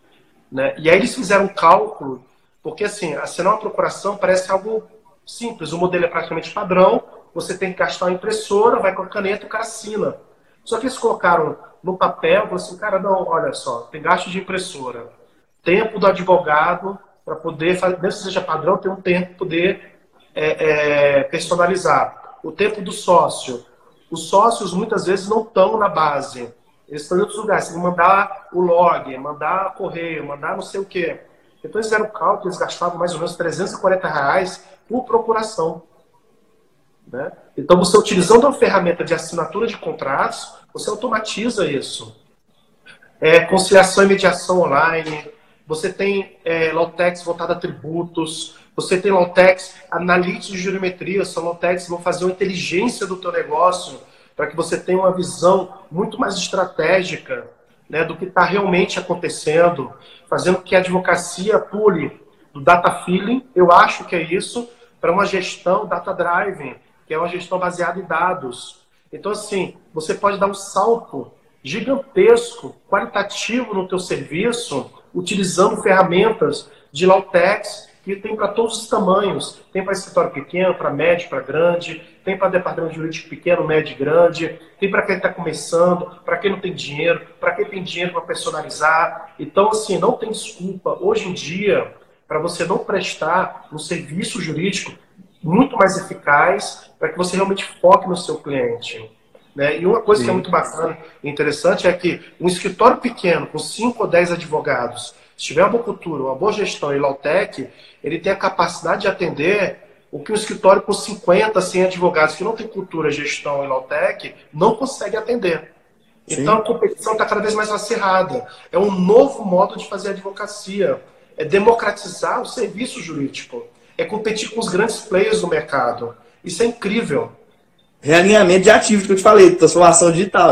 Né? E aí eles fizeram um cálculo, porque assim, assinar uma procuração parece algo simples, o modelo é praticamente padrão, você tem que gastar uma impressora, vai com a caneta e o cara assina. Só que eles colocaram no papel, falaram assim, cara, não, olha só, tem gasto de impressora, tempo do advogado para poder, mesmo que seja padrão, tem um tempo para poder personalizar. O tempo do sócio. Os sócios muitas vezes não estão na base. Eles estão em outros lugares. Você tem que mandar o log, mandar correio, mandar não sei o quê. Então eles fizeram o cálculo, eles gastavam mais ou menos R$340 por procuração. Né? Então você utilizando a ferramenta de assinatura de contratos, você automatiza isso. Conciliação e mediação online. Você tem Lautecs voltado a tributos. Você tem Lautecs analistas de jurimetria. São Lautecs que vão fazer uma inteligência do teu negócio para que você tenha uma visão muito mais estratégica, né, do que está realmente acontecendo, fazendo que a advocacia pule do data feeling, eu acho que é isso, para uma gestão data driving, que é uma gestão baseada em dados. Então, assim, você pode dar um salto gigantesco, qualitativo no teu serviço, utilizando ferramentas de Lautecs que tem para todos os tamanhos. Tem para escritório pequeno, para médio, para grande, tem para departamento jurídico pequeno, médio e grande, tem para quem está começando, para quem não tem dinheiro, para quem tem dinheiro para personalizar. Então, assim, não tem desculpa hoje em dia para você não prestar um serviço jurídico muito mais eficaz para que você realmente foque no seu cliente. Né? E uma coisa que é muito bacana e interessante é que um escritório pequeno, com 5 ou 10 advogados, se tiver uma boa cultura, uma boa gestão e Lautec, ele tem a capacidade de atender o que um escritório com 50, 100 advogados que não tem cultura, gestão e Lautec não consegue atender. Sim. Então a competição está cada vez mais acirrada. É um novo modo de fazer advocacia. É democratizar o serviço jurídico. É competir com os grandes players do mercado. Isso é incrível. Realinhamento de ativos que eu te falei, transformação digital.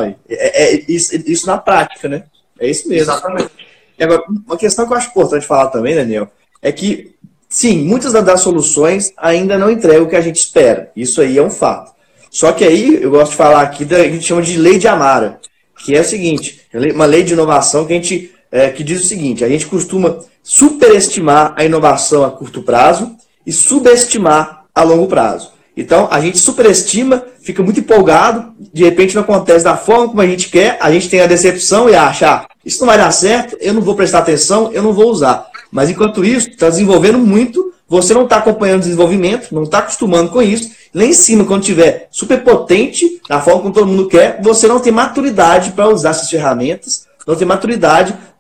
Isso na prática, né? É isso mesmo. Exatamente. E agora, uma questão que eu acho importante falar também, Daniel, é que, sim, muitas das soluções ainda não entregam o que a gente espera. Isso aí é um fato. Só que aí, eu gosto de falar aqui, a gente chama de lei de Amara, que é o seguinte, uma lei de inovação que diz o seguinte, a gente costuma superestimar a inovação a curto prazo e subestimar a longo prazo. Então, a gente superestima, fica muito empolgado, de repente não acontece da forma como a gente quer, a gente tem a decepção e acha, isso não vai dar certo, eu não vou prestar atenção, eu não vou usar. Mas enquanto isso, está desenvolvendo muito, você não está acompanhando o desenvolvimento, não está acostumando com isso, lá em cima, quando tiver super potente, da forma como todo mundo quer, você não tem maturidade para usar essas ferramentas, não tem maturidade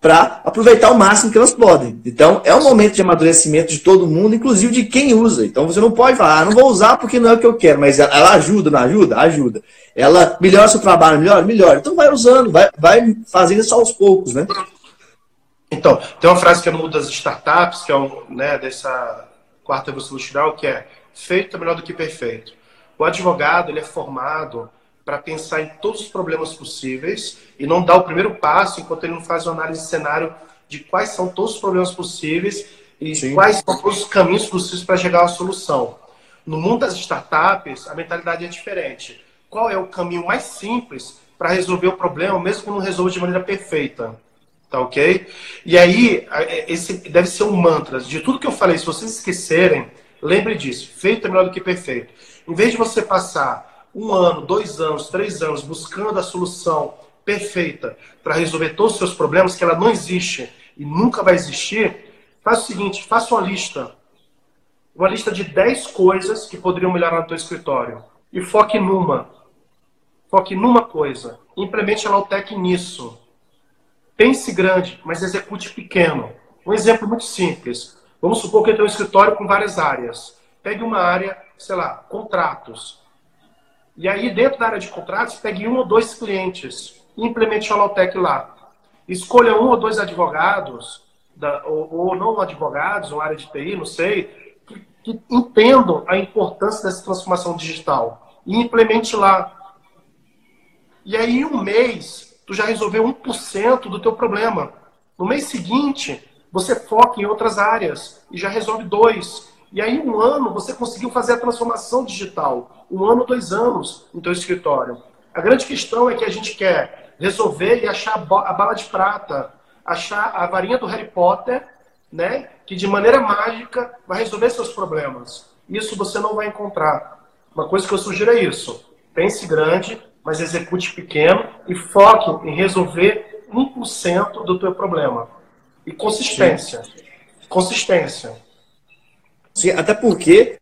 para aproveitar ao máximo que elas podem. Então, é um momento de amadurecimento de todo mundo, inclusive de quem usa. Então, você não pode falar, não vou usar porque não é o que eu quero, mas ela ajuda, não ajuda? Ajuda. Ela melhora seu trabalho, melhora? Melhora. Então, vai usando, vai fazendo isso aos poucos, né? Então, tem uma frase que é no mundo das startups, que é dessa quarta revolução industrial, que é feito é melhor do que perfeito. O advogado, ele é formado para pensar em todos os problemas possíveis e não dar o primeiro passo enquanto ele não faz uma análise de cenário de quais são todos os problemas possíveis e quais são todos os caminhos possíveis para chegar a uma solução. No mundo das startups, a mentalidade é diferente. Qual é o caminho mais simples para resolver o problema, mesmo que não resolva de maneira perfeita? Tá ok? E aí, esse deve ser um mantra. De tudo que eu falei, se vocês esquecerem, lembre disso. Feito é melhor do que perfeito. Em vez de você passar 1 ano, 2 anos, 3 anos buscando a solução perfeita para resolver todos os seus problemas, que ela não existe e nunca vai existir, faça o seguinte, faça uma lista. Uma lista de 10 coisas que poderiam melhorar no teu escritório. E foque numa. Foque numa coisa. Implemente a Lautec nisso. Pense grande, mas execute pequeno. Um exemplo muito simples. Vamos supor que eu tenho um escritório com várias áreas. Pegue uma área, sei lá, contratos. E aí, dentro da área de contratos, pegue 1 ou 2 clientes e implemente a Lautec lá. Escolha 1 ou 2 advogados, ou não advogados, uma área de TI, não sei, que entendam a importância dessa transformação digital e implemente lá. E aí, em 1 mês, tu já resolveu 1% do teu problema. No mês seguinte, você foca em outras áreas e já resolve 2%. E aí, 1 ano, você conseguiu fazer a transformação digital. 1 ano, 2 anos no teu escritório. A grande questão é que a gente quer resolver e achar a bala de prata, achar a varinha do Harry Potter, né, que de maneira mágica vai resolver seus problemas. Isso você não vai encontrar. Uma coisa que eu sugiro é isso. Pense grande, mas execute pequeno e foque em resolver 1% do teu problema. E consistência. Sim. Consistência. Sim, até porque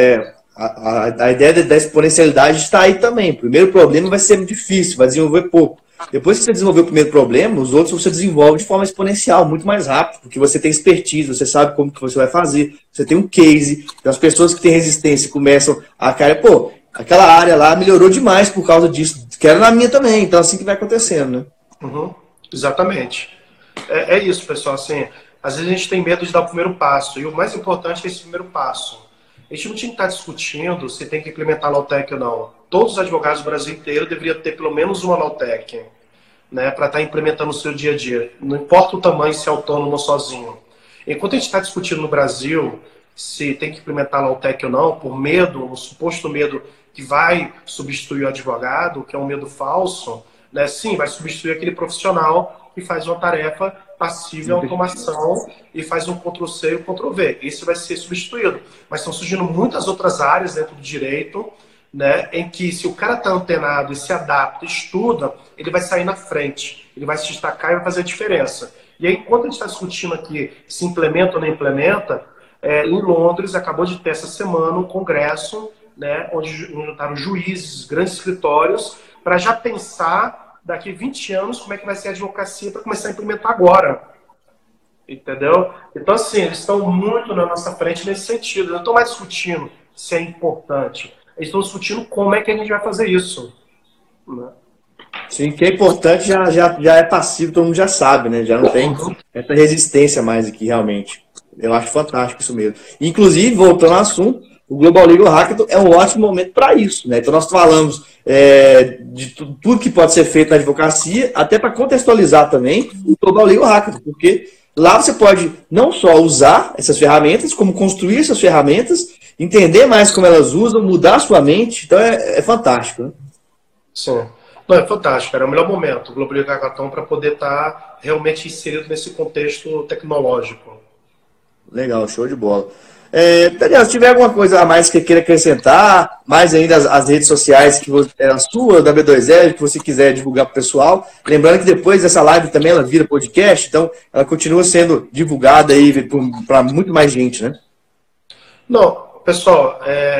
a ideia da exponencialidade está aí também. O primeiro problema vai ser difícil, vai desenvolver pouco. Depois que você desenvolver o primeiro problema, os outros você desenvolve de forma exponencial, muito mais rápido, porque você tem expertise, você sabe como que você vai fazer, você tem um case. Então as pessoas que têm resistência começam a cara, pô, aquela área lá melhorou demais por causa disso. Quero na minha também. Então, assim que vai acontecendo, né? Uhum, exatamente. É isso, pessoal. Assim, às vezes a gente tem medo de dar o primeiro passo. E o mais importante é esse primeiro passo. A gente não tinha que estar discutindo se tem que implementar a Lautec ou não. Todos os advogados do Brasil inteiro deveriam ter pelo menos uma Lautec, né, para estar implementando no seu dia a dia. Não importa o tamanho, se é autônomo ou sozinho. Enquanto a gente está discutindo no Brasil se tem que implementar a Lautec ou não, por medo, um suposto medo que vai substituir o advogado, que é um medo falso, né? Sim, vai substituir aquele profissional que faz uma tarefa passível à automação e faz um Ctrl+C e um Ctrl+V. Esse vai ser substituído. Mas estão surgindo muitas outras áreas dentro do direito, né, em que se o cara está antenado e se adapta, estuda, ele vai sair na frente. Ele vai se destacar e vai fazer a diferença. E aí, enquanto a gente está discutindo aqui se implementa ou não implementa, em Londres acabou de ter essa semana um congresso, né, onde juntaram juízes, grandes escritórios, para já pensar daqui 20 anos como é que vai ser a advocacia para começar a implementar agora. Entendeu? Então, assim, eles estão muito na nossa frente nesse sentido. Eles não estão mais discutindo se é importante. Eles estão discutindo como é que a gente vai fazer isso. Né? Sim, que é importante já é passivo, todo mundo já sabe, né? Já não tem essa resistência mais aqui, realmente. Eu acho fantástico isso mesmo. Inclusive, voltando ao assunto, o Global Legal Hackathon é um ótimo momento para isso, né? Então nós falamos de tudo que pode ser feito na advocacia, até para contextualizar também o Global Legal Hackathon, porque lá você pode não só usar essas ferramentas, como construir essas ferramentas, entender mais como elas usam, mudar a sua mente. Então é fantástico, né? Sim. Não, é fantástico, era o melhor momento, o Global Legal Hackathon, para poder estar realmente inserido nesse contexto tecnológico. Legal, show de bola. Daniel, se tiver alguma coisa a mais que queira acrescentar, mais ainda as redes sociais que a sua, da B2L, que você quiser divulgar para o pessoal. Lembrando que depois dessa live também ela vira podcast, então ela continua sendo divulgada aí para muito mais gente, né? Não, pessoal,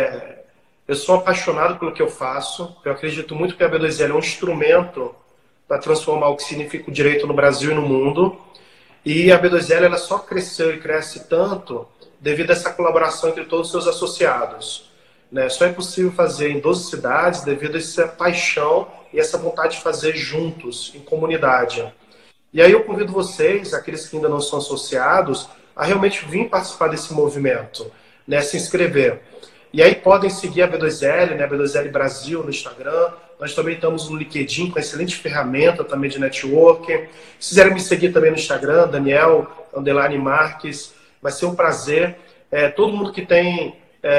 eu sou apaixonado pelo que eu faço. Eu acredito muito que a B2L é um instrumento para transformar o que significa o direito no Brasil e no mundo. E a B2L ela só cresceu e cresce tanto devido a essa colaboração entre todos os seus associados. Né? Só é possível fazer em 12 cidades devido a essa paixão e essa vontade de fazer juntos, em comunidade. E aí eu convido vocês, aqueles que ainda não são associados, a realmente vir participar desse movimento, né? Se inscrever. E aí podem seguir a B2L, né? A B2L Brasil no Instagram. Nós também estamos no LinkedIn, com uma excelente ferramenta também de networking. Se quiserem me seguir também no Instagram, Daniel_Marques, vai ser um prazer. Todo mundo que tem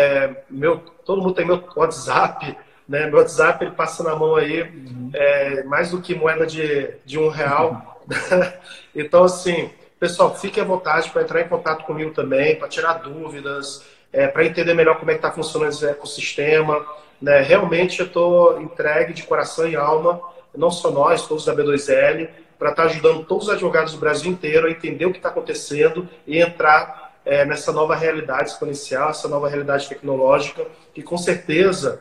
todo mundo tem meu WhatsApp, né? Meu WhatsApp ele passa na mão aí mais do que moeda de R$1. Então, assim, pessoal, fiquem à vontade para entrar em contato comigo também, para tirar dúvidas, para entender melhor como é que está funcionando esse ecossistema. Né? Realmente eu estou entregue de coração e alma, não só nós, todos da B2L, para estar ajudando todos os advogados do Brasil inteiro a entender o que está acontecendo e entrar nessa nova realidade exponencial, essa nova realidade tecnológica, que com certeza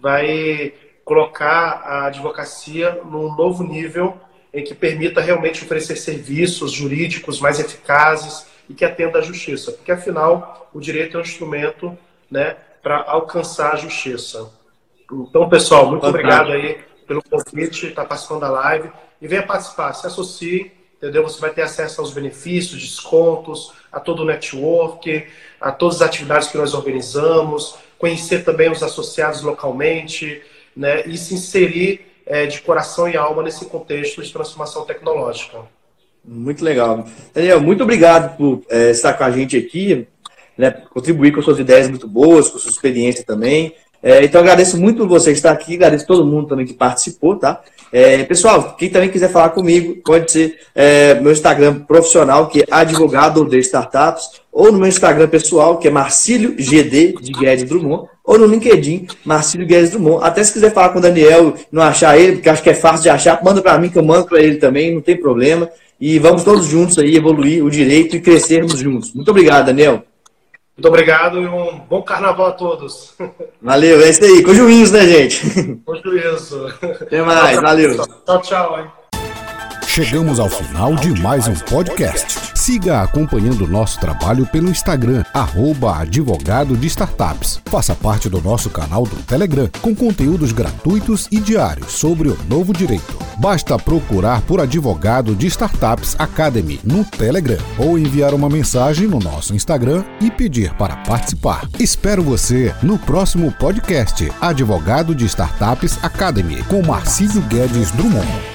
vai colocar a advocacia num novo nível em que permita realmente oferecer serviços jurídicos mais eficazes e que atenda à justiça. Porque, afinal, o direito é um instrumento, né, para alcançar a justiça. Então, pessoal, muito obrigado aí pelo convite, estar participando da live. E venha participar, se associe, entendeu? Você vai ter acesso aos benefícios, descontos, a todo o network, a todas as atividades que nós organizamos, conhecer também os associados localmente, né, e se inserir de coração e alma nesse contexto de transformação tecnológica. Muito legal. Daniel, muito obrigado por estar com a gente aqui, né, contribuir com suas ideias muito boas, com sua experiência também. Então, agradeço muito você estar aqui, agradeço todo mundo também que participou, tá? Pessoal, quem também quiser falar comigo, pode ser meu Instagram profissional, que é Advogado de Startups, ou no meu Instagram pessoal, que é Marcílio GD, de Guedes Drummond, ou no LinkedIn, Marcílio Guedes Drummond. Até se quiser falar com o Daniel, não achar ele, porque acho que é fácil de achar, manda para mim, que eu mando para ele também, não tem problema. E vamos todos juntos aí evoluir o direito e crescermos juntos. Muito obrigado, Daniel. Muito obrigado e um bom carnaval a todos. Valeu, é isso aí. Com juízo, né, gente? Com juízo. Até mais, valeu. Tchau, tchau. Hein? Chegamos ao final de mais um podcast. Siga acompanhando o nosso trabalho pelo Instagram, @advogado de startups. Faça parte do nosso canal do Telegram, com conteúdos gratuitos e diários sobre o novo direito. Basta procurar por Advogado de Startups Academy no Telegram ou enviar uma mensagem no nosso Instagram e pedir para participar. Espero você no próximo podcast Advogado de Startups Academy com Marcílio Guedes Drummond.